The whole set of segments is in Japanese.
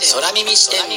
空耳視点。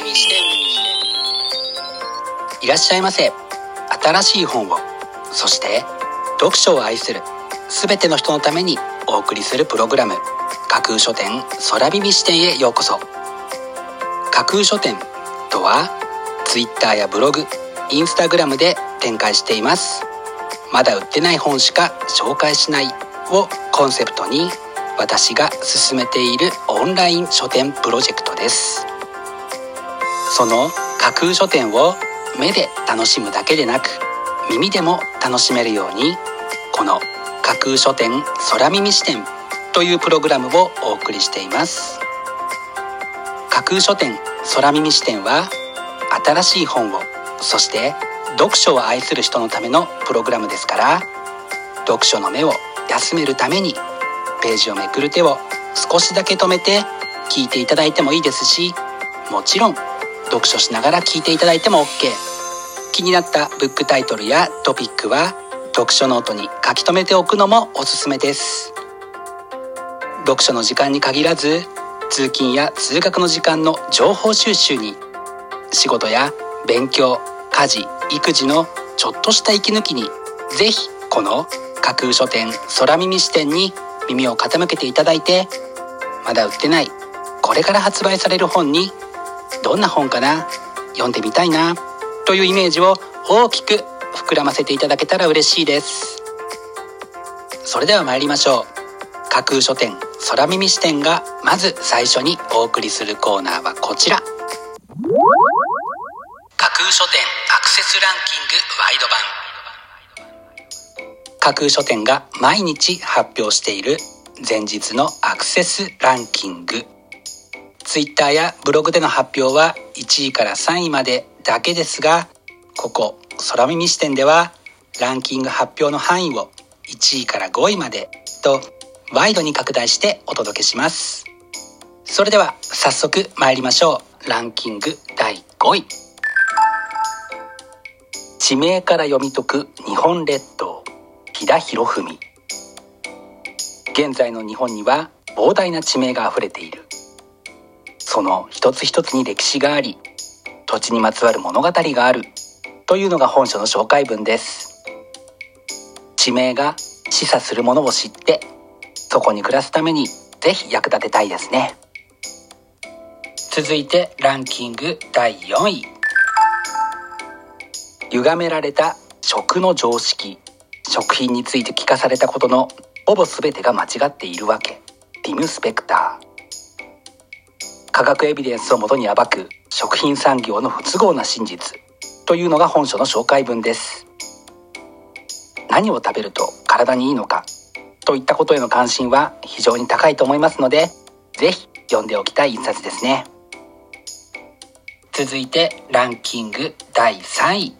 いらっしゃいませ。新しい本を、そして読書を愛するすべての人のためにお送りするプログラム、架空書店空耳視点へようこそ。架空書店とは Twitter やブログ、インスタグラムで展開しています。まだ売ってない本しか紹介しないをコンセプトに、私が進めているオンライン書店プロジェクトです。その架空書店を目で楽しむだけでなく、耳でも楽しめるように、この架空書店空耳視点というプログラムをお送りしています。架空書店空耳視点は、新しい本を、そして読書を愛する人のためのプログラムですから、読書の目を休めるためにページをめくる手を少しだけ止めて聞いていただいてもいいですし、もちろん読書しながら聞いていただいても OK。 気になったブックタイトルやトピックは読書ノートに書き留めておくのもおすすめです。読書の時間に限らず、通勤や通学の時間の情報収集に、仕事や勉強、家事、育児のちょっとした息抜きに、ぜひこの架空書店空耳視点に耳を傾けていただいて、まだ売ってない、これから発売される本に、どんな本かな、読んでみたいなというイメージを大きく膨らませていただけたら嬉しいです。それでは参りましょう。架空書店空耳視点がまず最初にお送りするコーナーはこちら。架空書店アクセスランキングワイド版。架空書店が毎日発表している前日のアクセスランキング。ツイッターやブログでの発表は1位から3位までだけですが、ここ空耳視点ではランキング発表の範囲を1位から5位までとワイドに拡大してお届けします。それでは早速参りましょう。ランキング第5位。地名から読み解く日本列島、飛田博文。現在の日本には膨大な地名があふれている。その一つ一つに歴史があり、土地にまつわる物語があるというのが本書の紹介文です。地名が示唆するものを知って、そこに暮らすためにぜひ役立てたいですね。続いてランキング第4位。歪められた食の常識。食品について聞かされたことのほぼ全てが間違っているわけ。ティム・スペクター。科学エビデンスをもとに暴く食品産業の不都合な真実というのが本書の紹介文です。何を食べると体にいいのかといったことへの関心は非常に高いと思いますので、ぜひ読んでおきたい一冊ですね。続いてランキング第3位。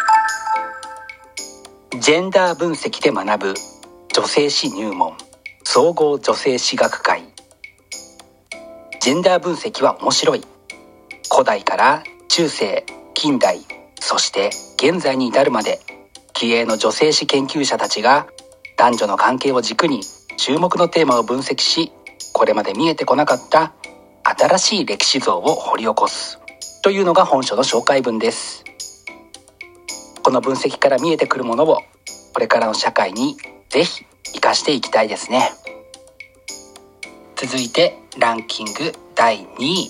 ジェンダー分析で学ぶ女性史入門、総合女性史学会。ジェンダー分析は面白い。古代から中世、近代、そして現在に至るまで、気鋭の女性史研究者たちが男女の関係を軸に注目のテーマを分析し、これまで見えてこなかった新しい歴史像を掘り起こすというのが本書の紹介文です。この分析から見えてくるものを、これからの社会にぜひ生かしていきたいですね。続いてランキング第2位。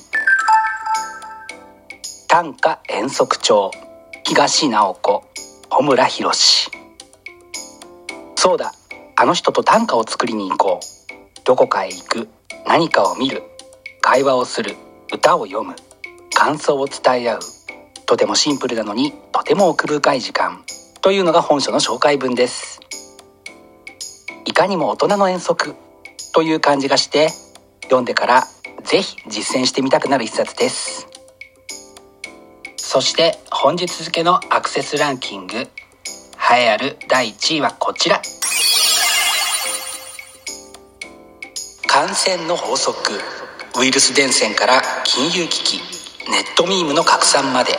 短歌遠足帳、東直子、穂村弘。そうだ、あの人と短歌を作りに行こう。どこかへ行く、何かを見る、会話をする、歌を読む、感想を伝え合う。とてもシンプルなのにとても奥深い時間というのが本書の紹介文です。いかにも大人の遠足という感じがして、読んでからぜひ実践してみたくなる一冊です。そして本日付のアクセスランキング、栄えある第1位はこちら。感染の法則、ウイルス伝染から金融危機、ネットミームの拡散まで。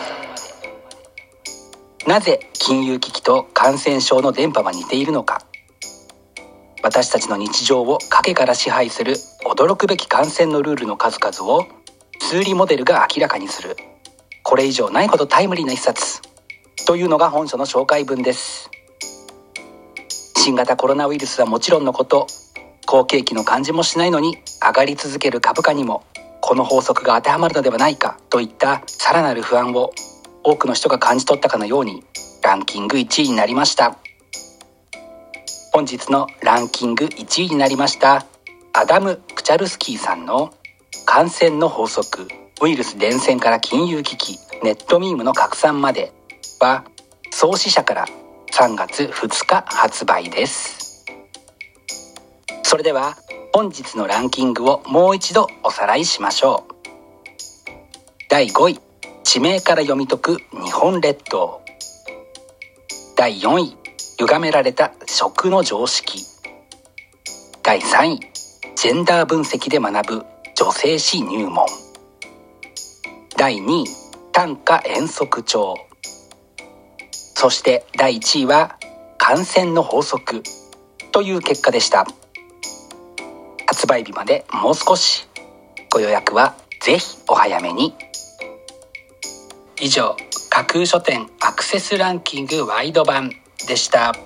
なぜ金融危機と感染症の伝播は似ているのか。私たちの日常を陰から支配する驚くべき感染のルールの数々を数理モデルが明らかにする、これ以上ないほどタイムリーな一冊というのが本書の紹介文です。新型コロナウイルスはもちろんのこと、好景気の感じもしないのに上がり続ける株価にもこの法則が当てはまるのではないかといったさらなる不安を多くの人が感じ取ったかのようにランキング1位になりました。本日のランキング1位になりましたアダム・クチャルスキーさんの感染の法則、ウイルス伝染から金融危機、ネットミームの拡散までは創始者から3月2日発売です。それでは本日のランキングをもう一度おさらいしましょう。第5位、地名から読み解く日本列島。第4位、歪められた食の常識。第3位、ジェンダー分析で学ぶ女性誌入門。第2位、短歌遠足帳。そして第1位は感染の法則という結果でした。発売日までもう少し、ご予約はぜひお早めに。以上、架空書店アクセスランキングワイド版でした。架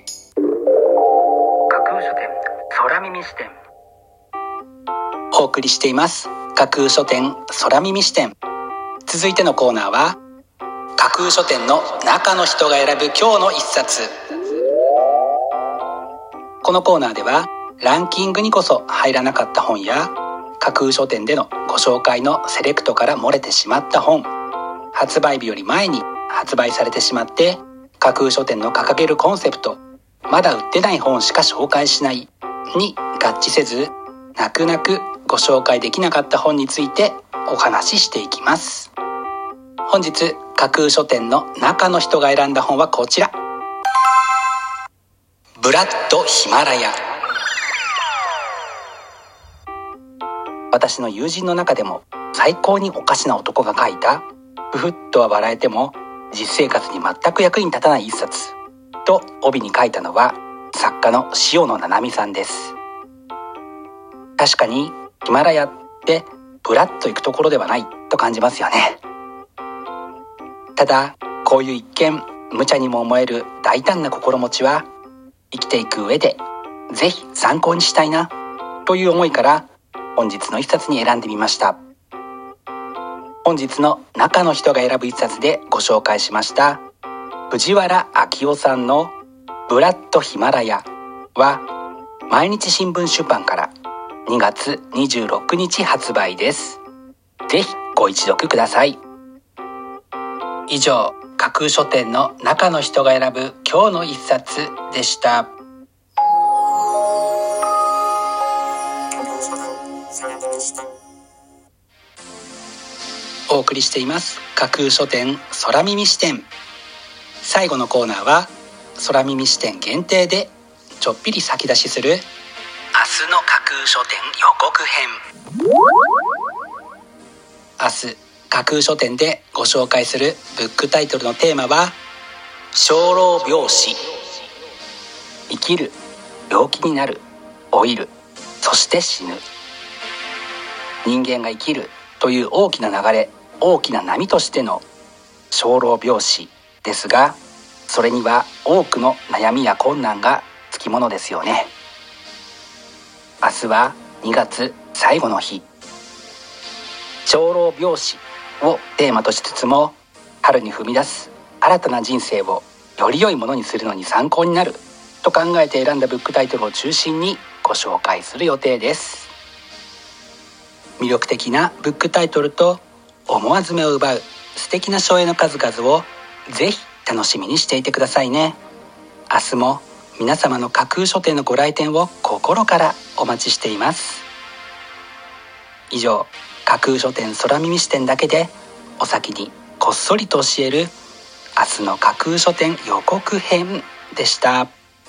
空書店空耳視点、お送りしています架空書店空耳視点。続いてのコーナーは架空書店の中の人が選ぶ今日の一冊。このコーナーではランキングにこそ入らなかった本や架空書店でのご紹介のセレクトから漏れてしまった本、発売日より前に発売されてしまって架空書店の掲げるコンセプト、まだ売ってない本しか紹介しないに合致せず、泣く泣くご紹介できなかった本についてお話ししていきます。本日架空書店の中の人が選んだ本はこちら、ブラッドヒマラヤ。私の友人の中でも最高におかしな男が書いた、ふふっとは笑えても実生活に全く役に立たない一冊と帯に書いたのは作家の塩野七海さんです。確かにヒマラヤってブラッと行くところではないと感じますよね。ただこういう一見無茶にも思える大胆な心持ちは生きていく上でぜひ参考にしたいなという思いから本日の一冊に選んでみました。本日の中の人が選ぶ一冊でご紹介しました藤原明夫さんのブラッドヒマラヤは毎日新聞出版から2月26日発売です。ぜひご一読ください。以上、架空書店の中の人が選ぶ今日の一冊でした。お送りしています架空書店空耳視点。最後のコーナーは空耳視点限定でちょっぴり先出しする明日の架空書店予告編。明日架空書店でご紹介するブックタイトルのテーマは生老病死。生きる、病気になる、老いる、そして死ぬ。人間が生きるという大きな流れ、大きな波としての生老病死ですが、それには多くの悩みや困難がつきものですよね。明日は2月最後の日、生老病死をテーマとしつつも、春に踏み出す新たな人生をより良いものにするのに参考になると考えて選んだブックタイトルを中心にご紹介する予定です。魅力的なブックタイトルと思わず目を奪う素敵な書影の数々をぜひ楽しみにしていてくださいね。明日も皆様の架空書店のご来店を心からお待ちしています。以上、架空書店空耳視点だけでお先にこっそりと教える明日の架空書店予告編でした。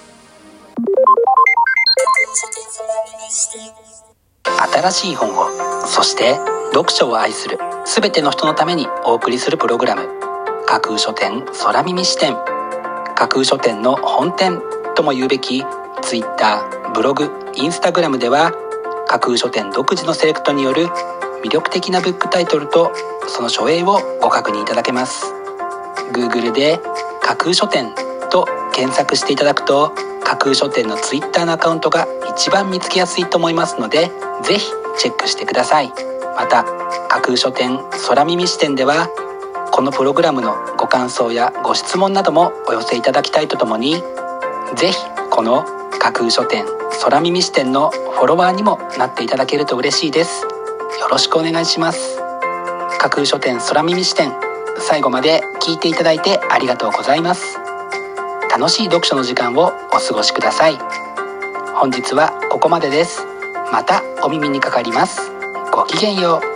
新しい本を、そして読書を愛するすべての人のためにお送りするプログラム、架空書店空耳視点。架空書店の本店とも言うべき Twitter、ブログ、Instagram では架空書店独自のセレクトによる魅力的なブックタイトルとその書影をご確認いただけます。 Google で架空書店と検索していただくと、架空書店の Twitter のアカウントが一番見つけやすいと思いますので、ぜひチェックしてください。また架空書店空耳視点では、このプログラムのご感想やご質問などもお寄せいただきたいとともに、ぜひこの架空書店空耳視点のフォロワーにもなっていただけると嬉しいです。よろしくお願いします。架空書店空耳視点、最後まで聞いていただいてありがとうございます。楽しい読書の時間をお過ごしください。本日はここまでです。またお耳にかかります。ごきげんよう。